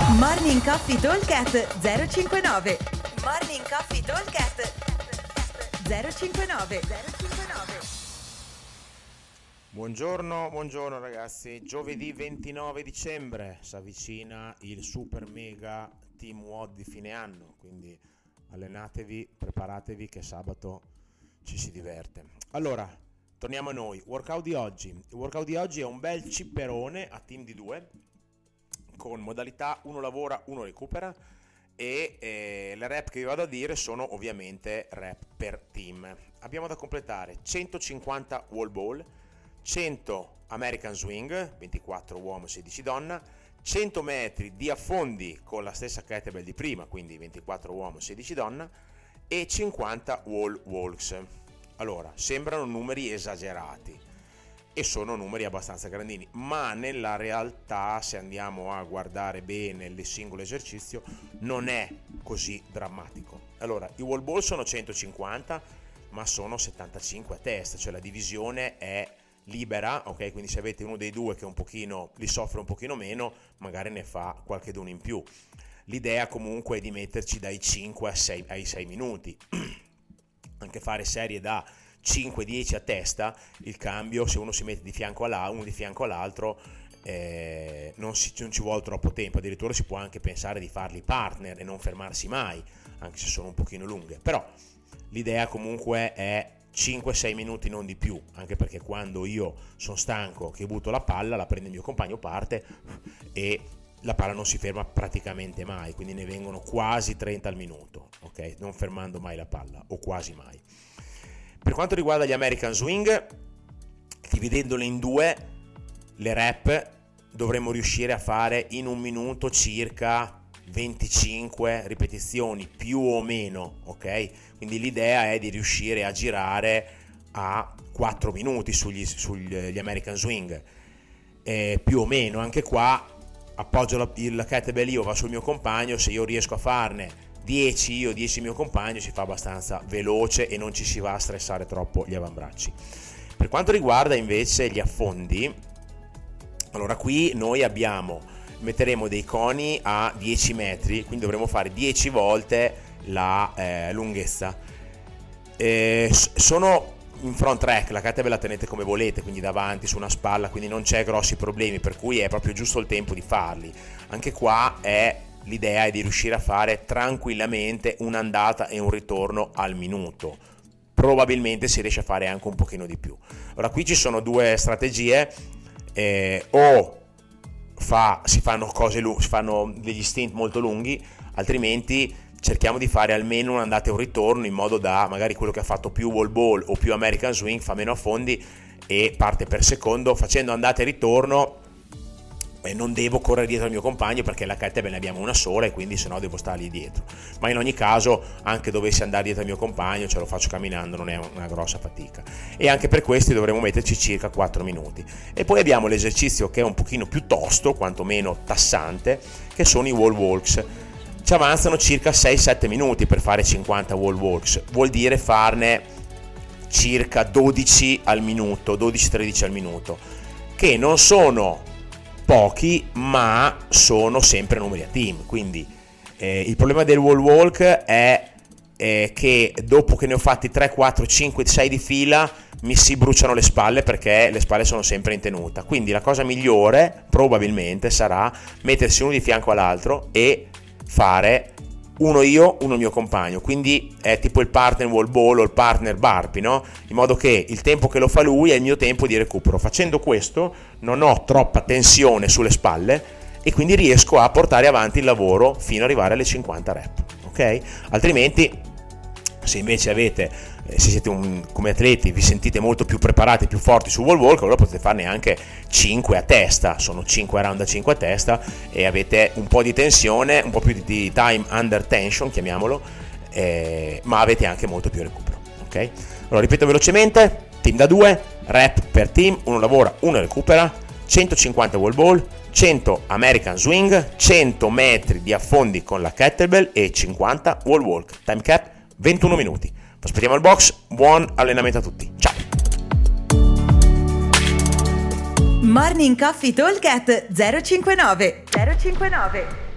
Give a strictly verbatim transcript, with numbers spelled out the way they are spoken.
Morning Coffee Talkcast zero cinquantanove. Morning Coffee Talkcast zero cinquantanove. Buongiorno, buongiorno ragazzi. Giovedì ventinove dicembre si avvicina il super mega team W O D di fine anno, quindi allenatevi, preparatevi che sabato ci si diverte. Allora, torniamo a noi. Workout di oggi. Il workout di oggi è un bel cipperone a team di due con modalità uno lavora, uno recupera e eh, le rep che vi vado a dire sono ovviamente rep per team. Abbiamo da completare centocinquanta wall ball, cento American Swing, ventiquattro uomo, sedici donna, cento metri di affondi con la stessa kettlebell di prima, quindi ventiquattro uomo, sedici donna, e cinquanta wall walks. Allora, sembrano numeri esagerati e sono numeri abbastanza grandini, ma nella realtà, se andiamo a guardare bene il singolo esercizio, non è così drammatico. Allora, i wall ball sono centocinquanta, ma sono settantacinque a testa, cioè la divisione è libera, ok? Quindi se avete uno dei due che un pochino li soffre un pochino meno, magari ne fa qualcheduno in più. L'idea comunque è di metterci dai cinque ai sei minuti, anche fare serie da cinque dieci a testa, il cambio, se uno si mette di fianco all'altro, uno di fianco all'altro, eh, non, si, non ci vuole troppo tempo, addirittura si può anche pensare di farli partner e non fermarsi mai, anche se sono un pochino lunghe, però l'idea comunque è cinque sei minuti, non di più, anche perché quando io sono stanco che butto la palla, la prende il mio compagno, parte e la palla non si ferma praticamente mai, quindi ne vengono quasi trenta al minuto, ok? Non fermando mai la palla, o quasi mai. Per quanto riguarda gli American Swing, dividendole in due, le rep dovremmo riuscire a fare in un minuto circa venticinque ripetizioni, più o meno, ok? Quindi l'idea è di riuscire a girare a quattro minuti sugli, sugli American Swing, eh, più o meno. Anche qua appoggio la, la kettlebell io, va sul mio compagno, se io riesco a farne dieci io, dieci mio compagno, si fa abbastanza veloce e non ci si va a stressare troppo gli avambracci. Per quanto riguarda invece gli affondi, allora qui noi abbiamo, metteremo dei coni a dieci metri, quindi dovremo fare dieci volte la eh, lunghezza. Eh, sono in front rack, la kettlebell la tenete come volete, quindi davanti su una spalla, quindi non c'è grossi problemi, per cui è proprio giusto il tempo di farli. Anche qua è l'idea è di riuscire a fare tranquillamente un'andata e un ritorno al minuto. Probabilmente si riesce a fare anche un pochino di più. Ora qui ci sono due strategie, eh, o fa, si fanno cose lu- si fanno degli stint molto lunghi, altrimenti cerchiamo di fare almeno un'andata e un ritorno, in modo da magari quello che ha fatto più wall ball o più American Swing fa meno affondi e parte per secondo. Facendo andata e ritorno non devo correre dietro al mio compagno, perché la kettlebell ne abbiamo una sola e quindi se no devo stargli dietro, ma in ogni caso anche dovessi andare dietro al mio compagno ce lo faccio camminando, non è una grossa fatica, e anche per questi dovremo metterci circa quattro minuti. E poi abbiamo l'esercizio che è un pochino più tosto, quantomeno tassante, che sono i wall walks. Ci avanzano circa sei sette minuti per fare cinquanta wall walks, vuol dire farne circa dodici al minuto, dodici tredici al minuto, che non sono pochi, ma sono sempre numeri a team. Quindi eh, il problema del wall walk è eh, che dopo che ne ho fatti tre, quattro, cinque, sei di fila mi si bruciano le spalle, perché le spalle sono sempre in tenuta. Quindi la cosa migliore probabilmente sarà mettersi uno di fianco all'altro e fare uno io, uno il mio compagno, quindi è tipo il partner wall ball o il partner burpee, no? In modo che il tempo che lo fa lui è il mio tempo di recupero. Facendo questo non ho troppa tensione sulle spalle e quindi riesco a portare avanti il lavoro fino ad arrivare alle cinquanta rep, ok? Altrimenti, se invece avete, eh, se siete un, come atleti, vi sentite molto più preparati, più forti sul wall walk, allora potete farne anche cinque a testa, sono cinque round a cinque a testa e avete un po' di tensione, un po' più di time under tension, chiamiamolo, eh, ma avete anche molto più recupero, ok? Allora ripeto velocemente: team da due, rep per team, uno lavora, uno recupera, centocinquanta wall ball, cento American Swing, cento metri di affondi con la kettlebell e cinquanta wall walk. Time cap ventuno minuti. Vi aspettiamo al box, buon allenamento a tutti, ciao! Morning Coffee Talk zero cinquantanove zero cinquantanove